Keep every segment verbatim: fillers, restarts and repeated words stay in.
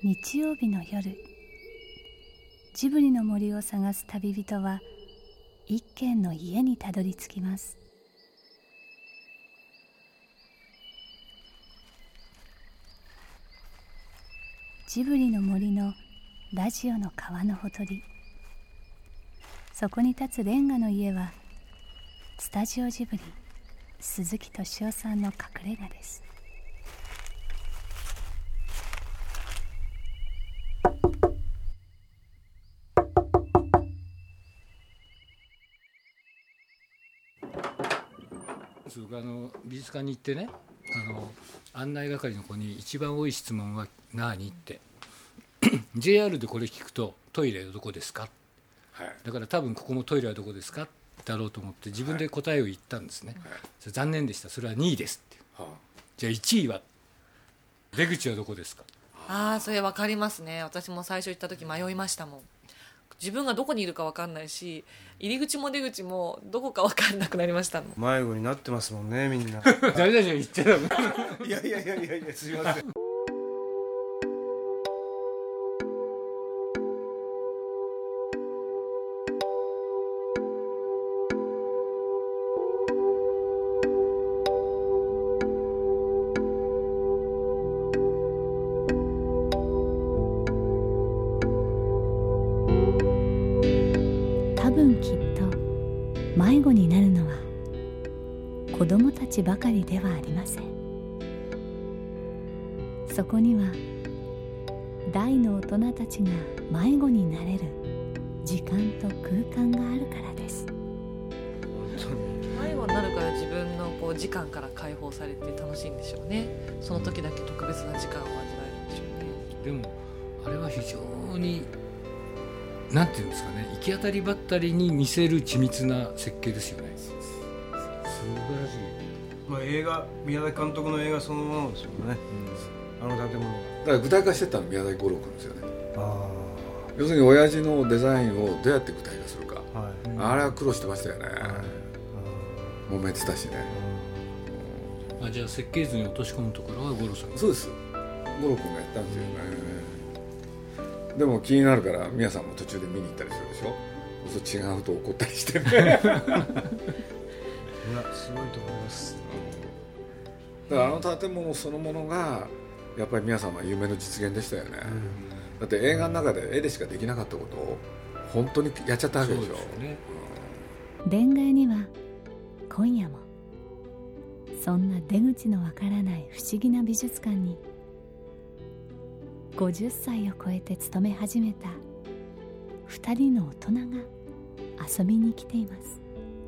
日曜日の夜、ジブリの森を探す旅人は一軒の家にたどり着きます。ジブリの森のラジオの川のほとり、そこに立つレンガの家はスタジオジブリ鈴木敏夫さんの隠れ家です。 僕あの美術館に行ってね、あの案内係の子に一番多い質問は何ってジェイアール でこれ聞くとトイレはどこですか、はい、だから多分ここもトイレはどこですかだろうと思って自分で答えを言ったんですね、はい、それ残念でした、それはにいですって、はあ、じゃあいちいは出口はどこですか。 ああ、それ分かりますね。私も最初行った時迷いましたもん。自分がどこにいるか分かんないし、入り口も出口もどこか分かんなくなりましたもん。 迷子になってますもんね、みんな。 誰だじゃ言っちゃダメいやいやいやいやいや、すいません。 多分きっと迷子になるのは子供たちばかりではありません。そこには大の大人たちが迷子になれる時間と空間があるからです。 迷子になるから自分のこう時間から解放されて楽しいんでしょうね。その時だけ特別な時間を味わえるんでしょうね。 でもあれは非常になんていうんですかね、行き当たりばったりに見せる緻密な設計ですよね。素晴らしい、 まあ、映画宮崎監督の映画そのものですよね、うん、あの建物がだから具体化してったの宮崎五郎君ですよね。あ、要するに親父のデザインをどうやって具体化するか、はい、あれは苦労してましたよね、はい、揉めてたしね、 うん、あ、じゃあ設計図に落とし込むところは五郎さん。 そうです、五郎君がやったんですよね、うん、でも気になるから宮さんも途中で見に行ったりするでしょ。そう違うと怒ったりしてねいやすごいと思います、 うん、だからあの建物そのものがやっぱり宮さんは夢の実現でしたよね、うん、だって映画の中で絵でしかできなかったことを本当にやっちゃったわけでしょ。そうですね、 うん、恋愛には今夜もそんな出口のわからない不思議な美術館にごじゅっさいを超えて勤め始めたふたりの大人が遊びに来ています。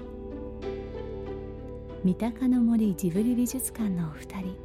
三鷹の森ジブリ美術館のお二人、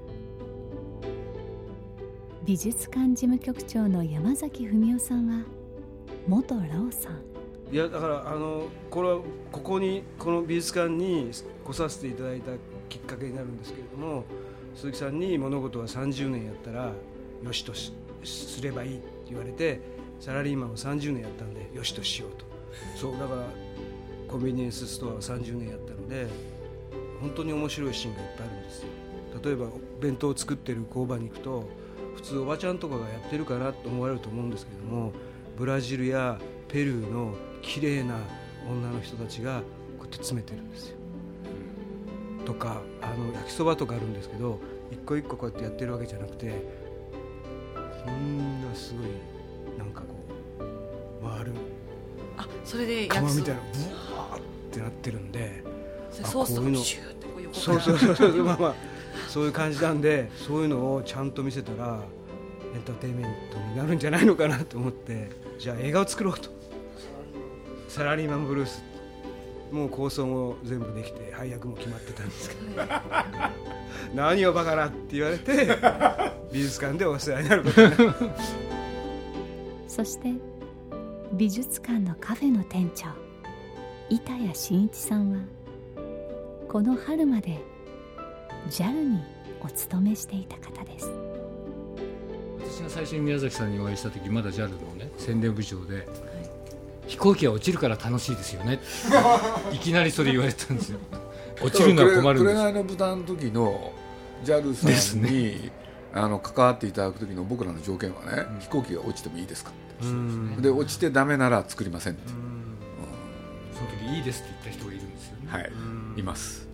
美術館事務局長の山崎文夫さんは元ローさん。 いやだからあのこれはここにこの美術館に来させていただいたきっかけになるんですけれども、鈴木さんに物事はさんじゅうねんやったらよしと し, すればいいって言われて、サラリーマンをさんじゅうねんやったんでよしとしようと。そうだからコンビニエンスストアをさんじゅうねんやったので本当に面白いシーンがいっぱいあるんですよ。例えば弁当を作ってる工場に行くと普通おばちゃんとかがやってるかなと思われると思うんですけども、ブラジルやペルーの綺麗な女の人たちがこうやって詰めてるんですよ。とかあの焼きそばとかあるんですけど一個一個こうやってやってるわけじゃなくて、こんなすごいなんかこう回るあそれで釜みたいなブワーってなってるんで、 ソースとかシューってこう横からそうそうそうまあまあそういう感じなんで、そういうのをちゃんと見せたらエンターテインメントになるんじゃないのかなと思って、じゃあ映画を作ろうと。サラリーマンブルース、もう構想も全部できて配役も決まってたんですけど何をバカなって言われて美術館でお世話になることになるそして美術館のカフェの店長板谷真一さんはこの春まで ジャル にお勤めしていた方です。 私が最初に宮崎さんにお会いした時まだ ジャル のね宣伝部長で、はい、飛行機は落ちるから楽しいですよねいきなりそれ言われたんですよ落ちるのは困るんです。 紅の豚の時の ジャル さんに、ね、 あの関わっていただく時の僕らの条件はね、うん、飛行機が落ちてもいいですかって、うん、で落ちてダメなら作りませんって、うんうん、 その時いいですって言った人がいるんですよね。 はい、うん、います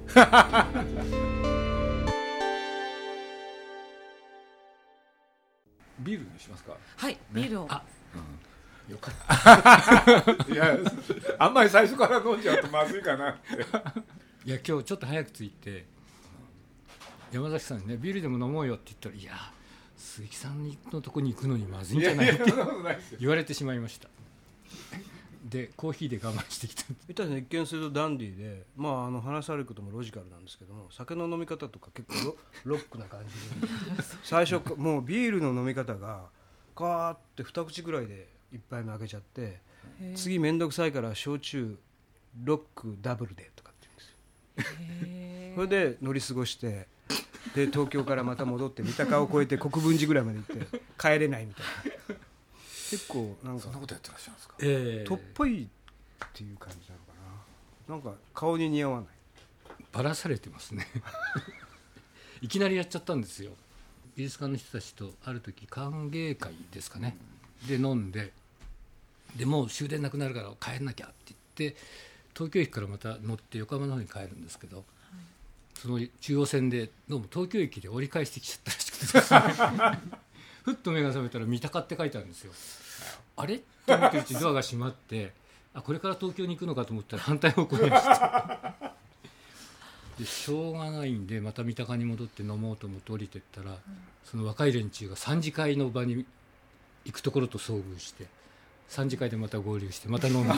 ビールにしますか。 はい、ね、ビールを。あ、 うん、よかったいやあんまり最初から飲んじゃうとまずいかなっていや今日ちょっと早く着いて山崎さんにねビールでも飲もうよって言ったら、いや鈴木さんのとこに行くのにまずいんじゃないって言われてしまいました。でコーヒーで我慢してきた。 一見するとダンディーで、まあ、あの話されることもロジカルなんですけども、酒の飲み方とか結構 ロ, ロックな感じで最初もうビールの飲み方がカーって二口ぐらいで一杯目開けちゃって、次めんどくさいから焼酎ロックダブルでとかって言うんですよ。それで乗り過ごしてで東京からまた戻って三鷹を越えて国分寺ぐらいまで行って帰れないみたいな。結構なんかそんなことやってらっしゃるんですか。 えー、とっぽいっていう感じなのかな。なんか顔に似合わない。 バラされてますねいきなりやっちゃったんですよ。美術館の人たちとある時歓迎会ですかね、で飲んで、でもう終電なくなるから帰んなきゃって言って東京駅からまた乗って横浜の方に帰るんですけど、はい、その中央線でどうも東京駅で折り返してきちゃったらしくてですねふっと目が覚めたら三鷹って書いてあるんですよ。あれって思ってるうちにドアが閉まってあこれから東京に行くのかと思ったら反対方向に走ってでしょうがないんでまた三鷹に戻って飲もうと思って降りてったら、うん、その若い連中が三次会の場に行くところと遭遇して三次会でまた合流してまた飲んで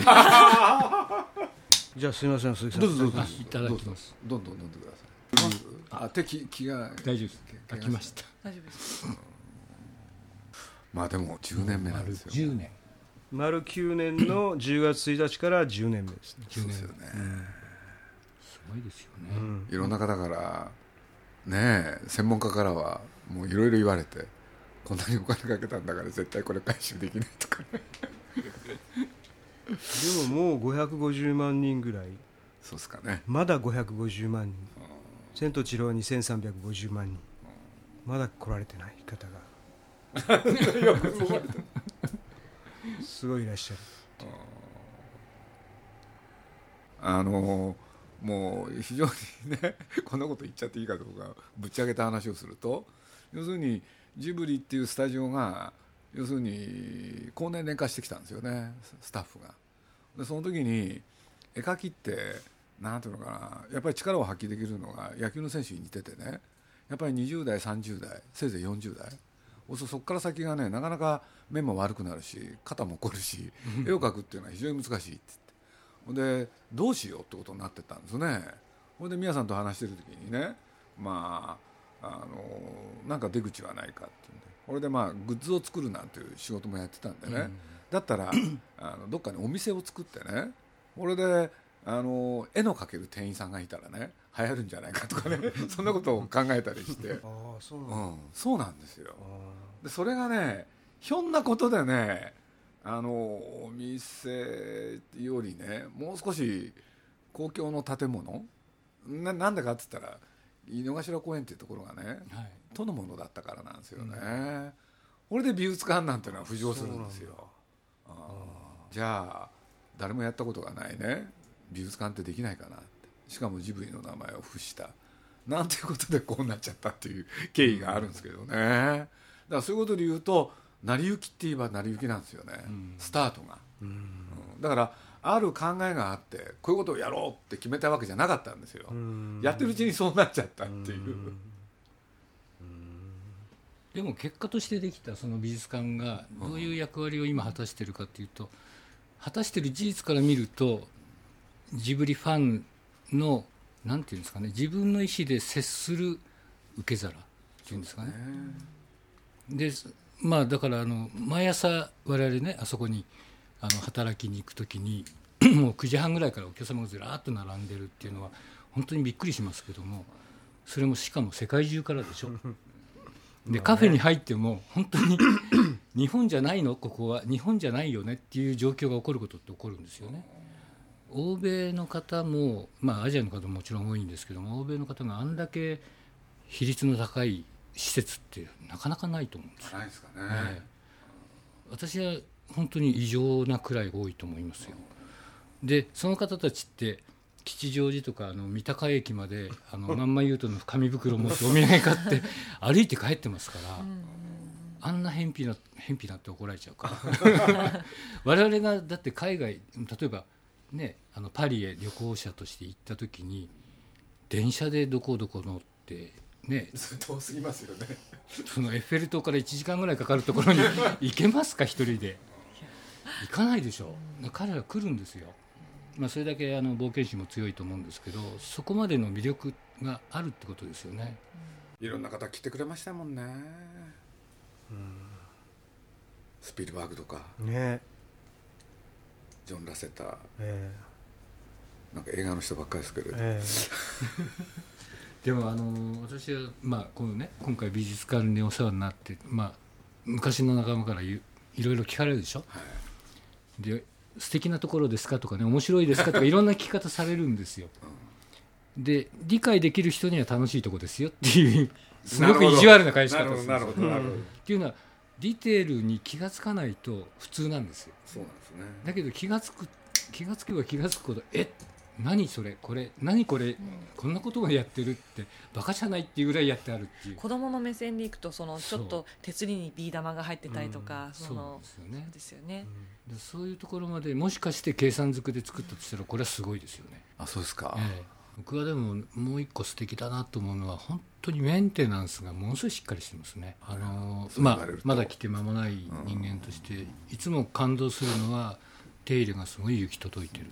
じゃあすいません鈴木さんどうぞどうぞいただきます。 どんどん飲んでください。あ手気気が大丈夫です。書きました。 大丈夫です。 まあでもじゅうねんめなんですよ。 じゅうねん丸きゅうねんのじゅうがつついたちからじゅうねんめですね。 そうですよね、うん、 すごいですよね、 うん、いろんな方からねえ専門家からはもういろいろ言われてこんなにお金かけたんだから絶対これ回収できないとかねでももうごひゃくごじゅうまんにんぐらい。 そうですかね。 まだごひゃくごじゅうまんにん、千と千尋はにせんさんびゃくごじゅうまんにん、まだ来られてない方がすごいいらっしゃる。 あのもう非常にねこんなこと言っちゃっていいかどうかぶっちゃけた話をすると、要するにジブリっていうスタジオが要するに高年齢化してきたんですよね、スタッフが。でその時に絵描きってなんていうのかな、やっぱり力を発揮できるのが野球の選手に似ててね、やっぱりにじゅう代さんじゅう代せいぜいよんじゅう代、そこから先がねなかなか目も悪くなるし肩も凝るし絵を描くっていうのは非常に難しいって言って、でどうしようってことになってたんですね。それで宮さんと話してる時にね、まああのなんか出口はないかっていうんで、これでまあグッズを作るなんていう仕事もやってたんでね、うん、だったらあのどっかにお店を作ってね、これであの絵の描ける店員さんがいたらね流行るんじゃないかとかねそんなことを考えたりしてあそうなん、 うん、そうなんですよ。でそれがねひょんなことでね、あのお店よりねもう少し公共の建物 な, なんでかって言ったら井の頭公園っていうところがね、はい、都のものだったからなんですよね、うん、これで美術館なんていうのは浮上するんですよ。あじゃあ誰もやったことがないね美術館ってできないかなって、しかもジブリの名前を付したなんていうことでこうなっちゃったっていう経緯があるんですけどね、だからそういうことで言うと成り行きって言えば成り行きなんですよね、うん、スタートが、うんうん、だからある考えがあってこういうことをやろうって決めたわけじゃなかったんですよ、うん、やってるうちにそうなっちゃったっていう、うんうん、 でも結果としてできたその美術館がどういう役割を今果たしているかっていうと、果たしている事実から見るとジブリファンのなんていうんですかね、自分の意思で接する受け皿っていうんですかね。でまあだからあの毎朝我々ねあそこにあの働きに行くときにもうくじはんぐらいからお客様がずらーっと並んでるっていうのは本当にびっくりしますけども、それもしかも世界中からでしょでカフェに入っても本当に日本じゃないのここは日本じゃないよねっていう状況が起こることって起こるんですよね。欧米の方も、まあ、アジアの方ももちろん多いんですけども、欧米の方があんだけ比率の高い施設ってなかなかないと思うんですよ。 ないですかね、 ええ、私は本当に異常なくらい多いと思いますよ。でその方たちって吉祥寺とかあの三鷹駅まであのまんま言うとの紙袋を持ってお土産買って歩いて帰ってますから、あんな偏僻な偏僻なって怒られちゃうから我々がだって海外例えばねあのパリへ旅行者として行った時に電車でどこどこ乗ってね、 遠すぎますよね。 そのエッフェル塔からいちじかんぐらいかかるところに行けますか一人で。行かないでしょ。彼ら来るんですよ。まあ、それだけあの冒険心も強いと思うんですけど、そこまでの魅力があるってことですよね。 いろんな方来てくれましたもんね、うん、スピルバーグとか、 ね、 ジョン・ラセター、 えー、なんか映画の人ばっかりですけれど、 えー、でもあの私は、まあこのね、今回美術館にお世話になって、まあ、昔の仲間からいろいろ聞かれるでしょ、はい、で素敵なところですかとかね、面白いですかとかいろんな聞き方されるんですよ、うん、で理解できる人には楽しいとこですよっていうすごく意地悪な返し方をするんですよ。っていうのはディテールに気がつかないと普通なんですよ。 そうなんですね。 だけど気がつく気がつけば気がつくほどえ何それこれ何これ、うん、こんなことまでやってるってバカじゃないっていうぐらいやってあるっていう。 子供の目線でいくとそのちょっと手すりにビー玉が入ってたりとか、 そうなんですよね。 そうですよね、 うん、でそういうところまでもしかして計算づくで作ったとしたらこれはすごいですよね。 あ、そうですか、 ええ、僕はでももう一個素敵だなと思うのは本当にメンテナンスがものすごいしっかりしてますね。あの、まあ、まだ来て間もない人間としていつも感動するのは手入れがすごい行き届いてる。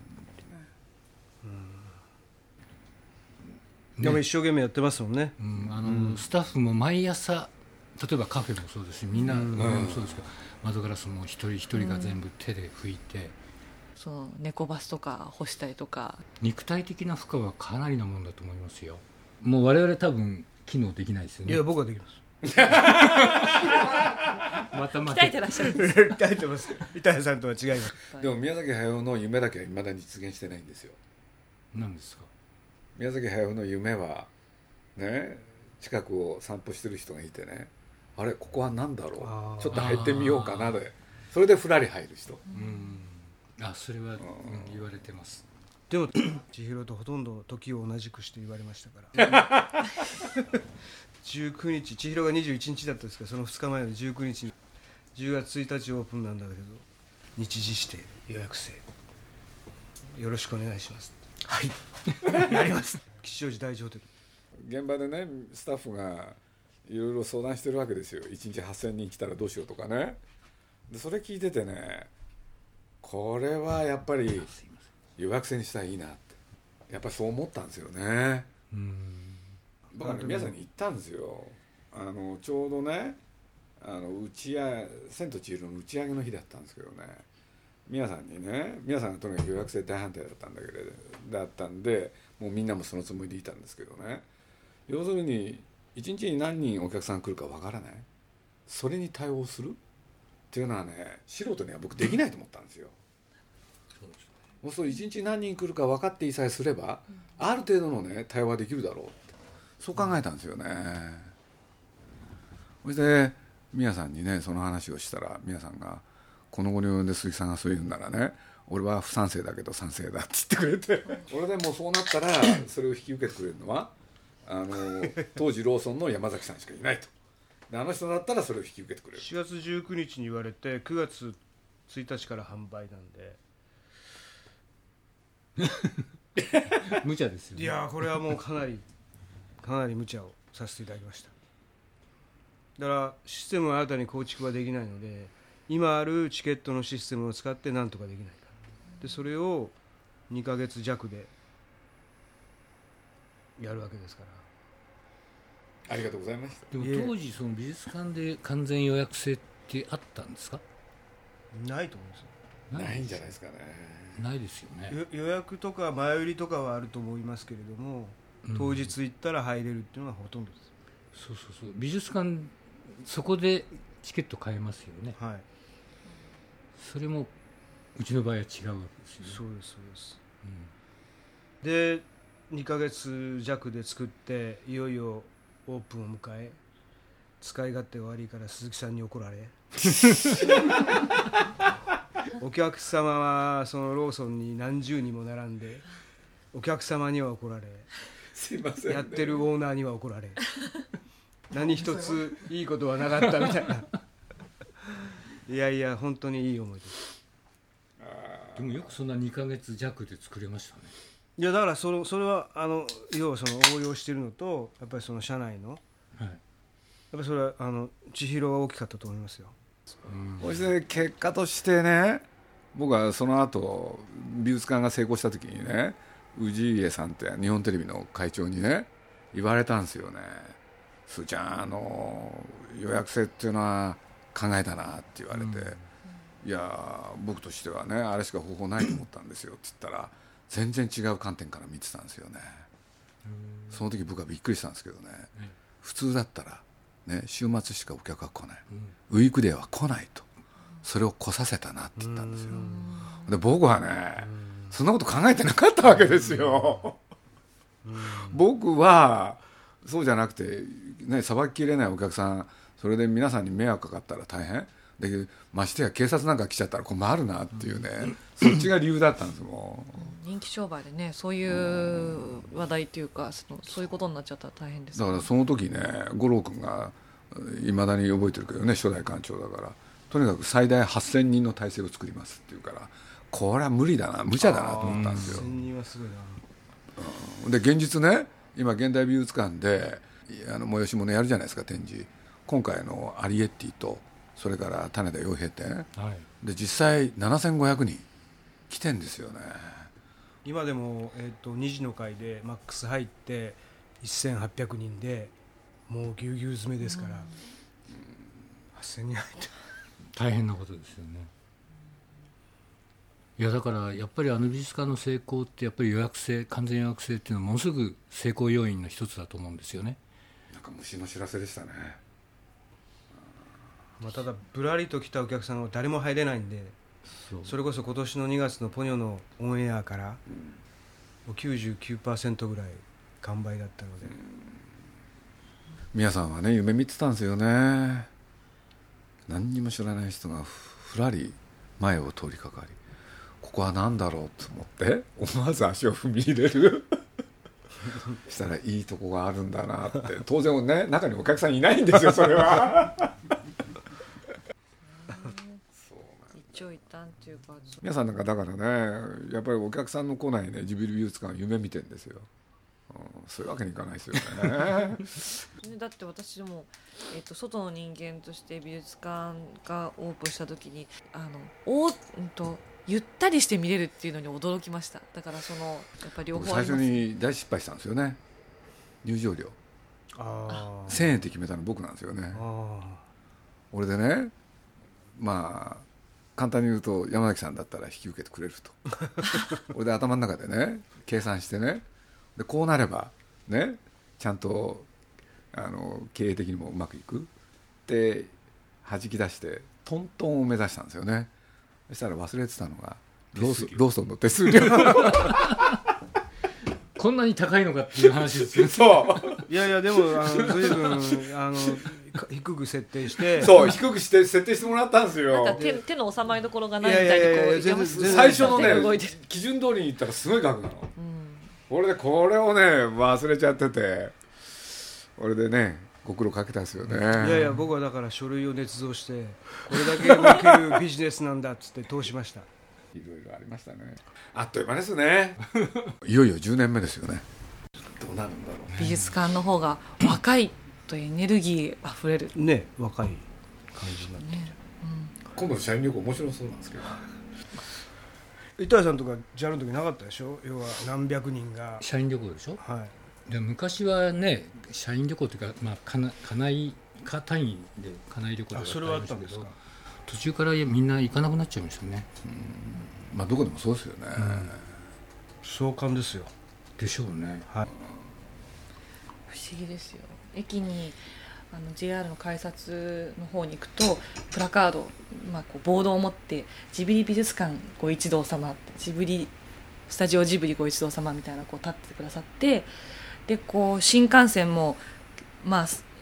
でも一生懸命やってますもんね、 うん、あのうん、スタッフも毎朝例えばカフェもそうですしみんな、うん、もそうですけど窓ガラスも一人一人が全部手で拭いて、うん、 その猫バスとか干したりとか肉体的な負荷はかなりのもんだと思いますよ。もう我々多分機能できないですよね。 いや僕はできますまた鍛えてらっしゃるんです鍛えてます板谷さんとは違います。 でも宮崎駿の夢だけは未だに実現してないんですよ。 何ですか。 宮崎駿の夢はね、近くを散歩してる人がいてね、あれここは何だろうちょっと入ってみようかなで、それでふらり入る人、 うん、あ、それは、うん、言われてます。 でも千尋とほとんど時を同じくして言われましたからじゅうくにち、千尋がにじゅういちにちだったんですけど、そのふつかまえのじゅうくにちにじゅうがつついたちオープンなんだけど日時指定予約制よろしくお願いします。はいやります吉祥寺大ホテル。 現場でねスタッフがいろいろ相談してるわけですよ。いちにちはっせんにん来たらどうしようとかね。でそれ聞いててね、これはやっぱり予約制にしたらいいなってやっぱりそう思ったんですよね。うん、僕はね皆さんに言ったんですよ。あのちょうどねあの打ち上千と千尋の打ち上げの日だったんですけどね、皆さんにね、皆さんがとにかく予約制大反対だったんだけれどだったんで、もうみんなもそのつもりでいたんですけどね、要するにいちにちに何人お客さん来るかわからない、それに対応するっていうのはね素人には僕できないと思ったんですよ。そうですね。そうするといちにち何人来るか分かっていさえすれば、うん、ある程度のね対応はできるだろうってそう考えたんですよね。そして宮さんにねその話をしたら、宮さんがこの後に及んで鈴木さんがそう言うんならね、俺は不賛成だけど賛成だって言ってくれて俺でもそうなったらそれを引き受けてくれるのはあの当時ローソンの山崎さんしかいないと。であの人だったらそれを引き受けてくれる。 しがつじゅうくにちに言われてくがつついたちから販売なんで無茶ですよね。 いやこれはもうかなりかなり無茶をさせていただきました。だからシステムは新たに構築はできないので、今あるチケットのシステムを使って何とかできないかで、それをにかげつじゃくでやるわけですから。 ありがとうございました。 でも当時その美術館で完全予約制ってあったんですか。 ないと思うんですよ。 ないんじゃないですかね。 ないですよね。 予約とか前売りとかはあると思いますけれども、うん、当日行ったら入れるっていうのがほとんどです。 そうそうそう、美術館そこでチケット買えますよね。はい。それもうちの場合は違うわけですよね。 そうですそうです、うん、でにかげつじゃくで作っていよいよオープンを迎え、 使い勝手が悪いから鈴木さんに怒られお客様はそのローソンに何十人も並んでお客様には怒られすいません、ね、 やってるオーナーには怒られ何一ついいことはなかったみたいないやいや本当にいい思いです。 でもよくそんなにかげつ弱で作れましたね。 いやだからそのそれはあの要はその応用しているのとやっぱりその社内の、はい、やっぱりそれはあの千尋は大きかったと思いますよ。 そして結果としてね、僕はその後美術館が成功した時にね、氏家さんって日本テレビの会長にね言われたんですよね。すーちゃん、あの予約制っていうのは考えたなって言われて、うん、いや僕としてはねあれしか方法ないと思ったんですよって言ったら全然違う観点から見てたんですよね。その時僕はびっくりしたんですけどね、うん、普通だったら、ね、週末しかお客が来ない、うん、ウィークデーは来ないと、それを来させたなって言ったんですよ。で僕はねそんなこと考えてなかったわけですよ。僕はそうじゃなくてね、さばききれないお客さん、それで皆さんに迷惑かかったら大変で、ましてや警察なんか来ちゃったら困るなっていうね、そっちが理由だったんですもん。 人気商売でね、そういう話題っていうか、そのそういうことになっちゃったら大変です、ね、 だからその時ね、五郎君がいまだに覚えてるけどね、初代館長だから、とにかく最大はっせんにんの体制を作りますっていうから、これは無理だな、無茶だなと思ったんですよ。はっせんにんはすごいな、うん、で現実ね、今現代美術館であの催し物やるじゃないですか、展示。今回のアリエッティとそれから種田洋平展、はい、で実際ななせんごひゃくにん来てんですよね。 今でも、えー、とにじの会でマックス入ってせんはっぴゃくにんでもうぎゅうぎゅう詰めですから、うん、はっせんにん入って大変なことですよね。いやだからやっぱりあの美術館の成功ってやっぱり予約制、完全予約制っていうのはものすごく成功要因の一つだと思うんですよね。 なんか虫の知らせでしたね。 まあ、ただぶらりと来たお客さんは誰も入れないんで、 そ, それこそ今年のにがつのポニョのオンエアから、うん、きゅうじゅうきゅうパーセント ぐらい完売だったので、うん、 皆さんはね夢見てたんですよね。何にも知らない人がふらり前を通りかかり、ここは何だろうと思って思わず足を踏み入れるしたらいいとこがあるんだなって。当然ね、中にお客さんいないんですよ、それは一長一短っていうか、 皆さんなんかだからね、やっぱりお客さんの来ないねジブリ美術館は夢見てるんですよ、うん、そういうわけにいかないですよねだって私でも、えー、と外の人間として美術館がオープンした時にあのお、うん、とゆったりして見れるっていうのに驚きました。だからそのやっぱり両方あります。 最初に大失敗したんですよね、入場料。あせんえんって決めたの僕なんですよね。あ俺でね、まあ簡単に言うと山崎さんだったら引き受けてくれると俺で頭の中でね計算してね、でこうなればねちゃんとあの経営的にもうまくいくって弾き出してトントンを目指したんですよね。そしたら忘れてたのがローソン、ローソンの手数料こんなに高いのかっていう話ですよそういやいやでもあの随分あの低く設定してそう低くして設定してもらったんですよ。 なんか 手, 手の収まりどころがないみたいにこう最初のね基準通りにいったらすごい額なの、うん、俺でこれをね忘れちゃってて、俺でねご苦労かけたんですよね。いやいや僕はだから書類を捏造してこれだけ向けるビジネスなんだっつって通しました。 いろいろありましたね。あっという間ですねいよいよじゅうねんめですよね。どうなるんだろうね。 美術館の方が若いとエネルギーあふれるね、若い感じになって、ねうん、今度の社員旅行面白そうなんですけど板谷さんとか ジャル の時なかったでしょ。要は何百人が社員旅行でしょ、 はい、 で昔はね社員旅行というか、まあ、かな家内家単位で家内旅行とかそれはあったんですか。 途中からみんな行かなくなっちゃいましたね。 うんまあどこでもそうですよね、うん、 壮観ですよ。 でしょうね、 はい、 不思議ですよ。駅にあの ジェイアール の改札の方に行くとプラカード、まあ、こうボードを持ってジブリ美術館ご一同様ってジブリスタジオジブリご一同様みたいなこう立ってくださって、でこう新幹線もまあ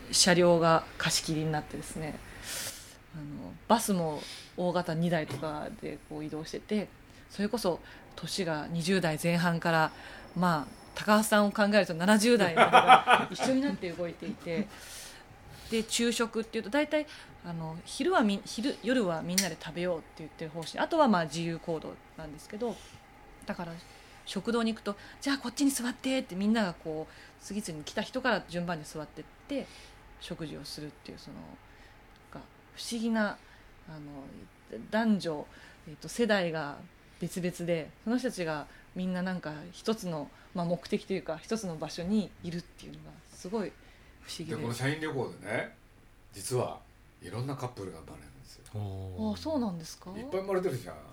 車両が貸し切りになってですね、あのバスも大型にだいとかでこう移動してて、それこそ年がにじゅうだいぜん半からまあ高橋さんを考えるとななじゅうだいの方が一緒になって動いていてで昼食っていうと大体あの 昼はみ昼夜はみんなで食べようって言ってる方針、あとはまあ自由行動なんですけど、だから食堂に行くとじゃあこっちに座ってってみんながこう次々に来た人から順番に座ってって食事をするっていう、そのが不思議なあの男女、えー、と世代が別々で、その人たちがみんななんか一つの、まあ、目的というか一つの場所にいるっていうのがすごい不思議で、 でこの社員旅行でね、実はいろんなカップルが生まれるんですよ。 ああそうなんですか。 いっぱい生まれてるじゃん。 あ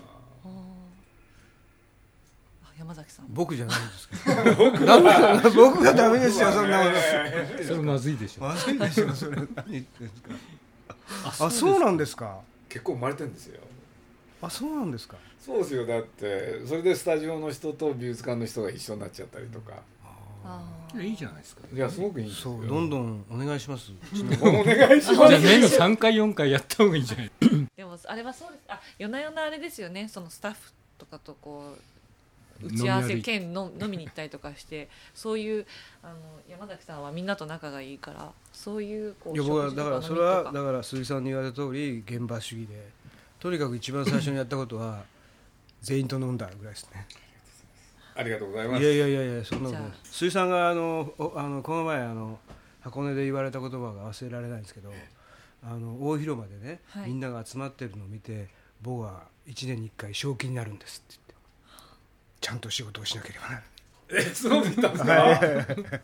山崎さん僕じゃないんですけどダメ僕がダメですよ、そんなことそれまずいでしょ。 まずいでしょそれ。何言ってんですか。あ、そうなんですか。 結構生まれてるんですよ。 あ、そうなんですか。 そうですよ。だってそれでスタジオの人と美術館の人が一緒になっちゃったりとか。 あいいじゃないですか。 いやすごくいいんですよ。 そう、どんどんお願いします。 お願いします。 じゃあ年にさんかいよんかいやった方がいいんじゃない。 でもあれはそうです。あ、夜な夜なあれですよね、そのスタッフとかとこう打ち合わせ兼の飲みに行ったりとかして、そういうあの山崎さんはみんなと仲がいいから、そういうこういや僕はだからそれはだらから鈴木さんに言われた通り現場主義で、とにかく一番最初にやったことは全員と飲んだぐらいですね。 ありがとうございます。 いやいやいやいや、そんなことない。 じゃあ鈴木さんがあのおあのこの前あの箱根で言われた言葉が忘れられないんですけど、あの大広間でね、 はい、 みんなが集まってるのを見て、僕はいちねんにいっかい正気になるんですって言って、ちゃんと仕事をしなければならない。 え、そう言ったんですか。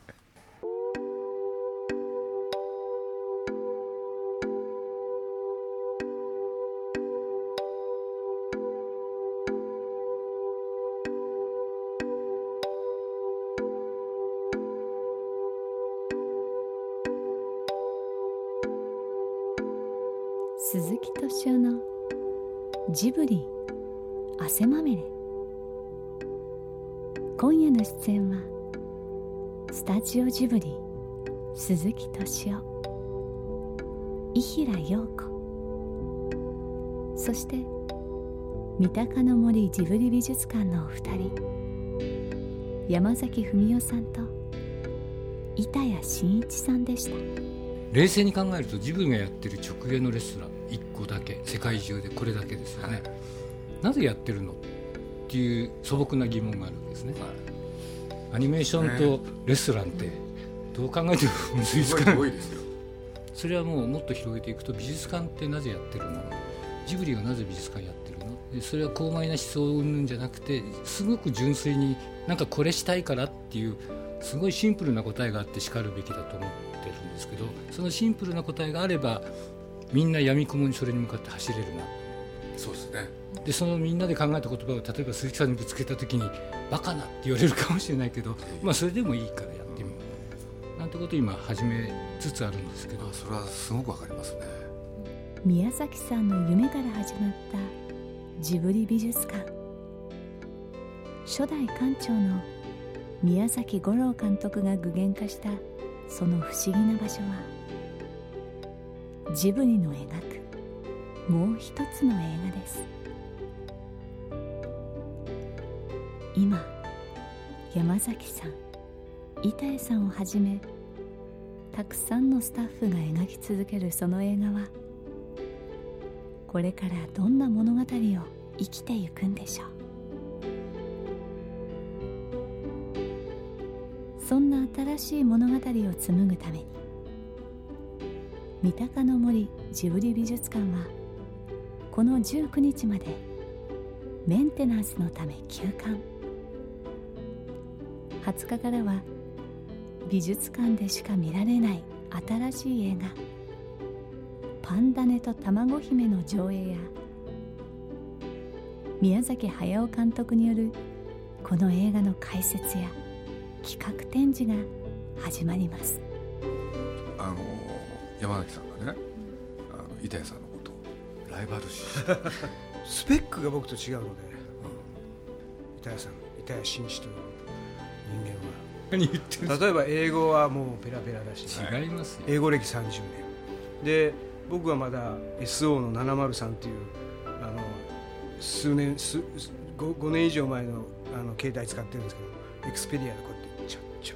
鈴木敏夫のジブリ汗まみれ。今夜の出演はスタジオジブリ鈴木敏夫、伊平陽子、そして三鷹の森ジブリ美術館のお二人、山崎文夫さんと板谷真一さんでした。 冷静に考えるとジブリがやってる直営のレストランいっこだけ、世界中でこれだけですよね。なぜやってるのっていう素朴な疑問があるわけですね、はい、アニメーションとレストランってどう考えてもむずいですから、ね、それはもうもっと広げていくと、美術館ってなぜやってるの、ジブリがなぜ美術館やってるので、それは高邁な思想を生むんじゃなくて、すごく純粋になんかこれしたいからっていうすごいシンプルな答えがあってしかるべきだと思ってるんですけど、そのシンプルな答えがあればみんな闇雲にそれに向かって走れるな。 そうですね。 でそのみんなで考えた言葉を例えば鈴木さんにぶつけた時にバカなって言われるかもしれないけど、まあそれでもいいからやってみようなんてことを今始めつつあるんですけど、 それはすごくわかりますね。 宮崎さんの夢から始まったジブリ美術館。初代館長の宮崎吾朗監督が具現化したその不思議な場所は、ジブリの描くもう一つの映画です。今山崎さん、板谷さんをはじめたくさんのスタッフが描き続けるその映画は、これからどんな物語を生きてゆくんでしょう。そんな新しい物語を紡ぐために、三鷹の森ジブリ美術館はこのじゅうくにちまでメンテナンスのため休館。はつかからは美術館でしか見られない新しい映画パンダネと卵姫の上映や、宮崎駿監督によるこの映画の解説や企画展示が始まります。 あの山崎さんがね、あの板谷さんのことをライバル視スペックが僕と違うので、うん、板谷さん、板谷真一という人間は何言ってるんですか。 例えば英語はもうペラペラだし、 違いますよ。 英語歴さんじゅうねんで、僕はまだ エスオー のななまるさんっていうあの数年数 5, 5年以上前のあの携帯使ってるんですけど、エクスペリアでこうやってちょち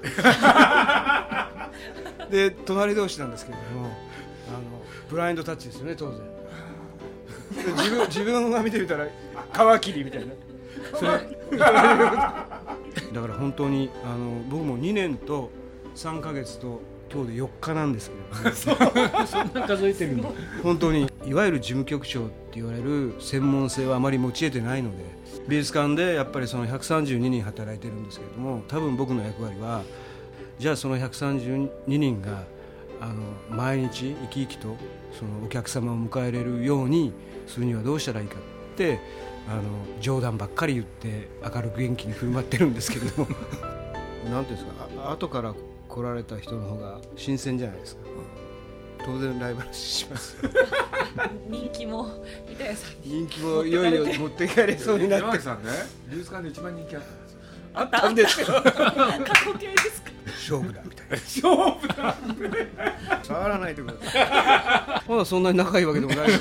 ょで隣同士なんですけれども、あのブラインドタッチですよね当然。で自分自分が見てみたら皮切りみたいな。それだから本当にあの僕もにねんとさんかげつと今日でよっかなんですけれどもそんな数えてるんだ。 本当にいわゆる事務局長って言われる専門性はあまり持ち得てないので、美術館でやっぱりそのひゃくさんじゅうににん働いてるんですけれども、多分僕の役割はじゃあそのひゃくさんじゅうににんがあの毎日生き生きとそのお客様を迎えれるようにするにはどうしたらいいかってあの冗談ばっかり言って明るく元気に振る舞ってるんですけれどもなんていうんですか、あ後から来られた人の方が新鮮じゃないですか、うん、当然ライバル視します人気も板谷さん人気もいよいよ持っていかれそうになって山木さんね、美術館で一番人気あったんですよ。 あったんですよ過去形ですか。 勝負だみたいな勝負だ触らないでくださいまだそんなに仲いいわけでもないです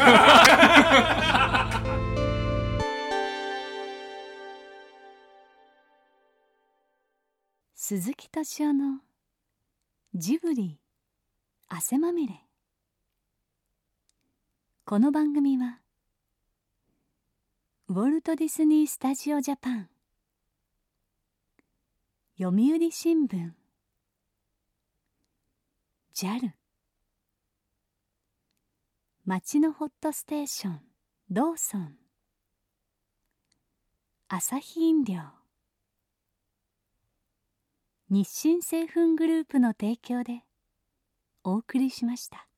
鈴木敏夫のジブリ汗まみれ。この番組はウォルト・ディズニー・スタジオ・ジャパン、読売新聞、ジャル、町のホットステーションローソン、アサヒ飲料、日清製粉グループの提供でお送りしました。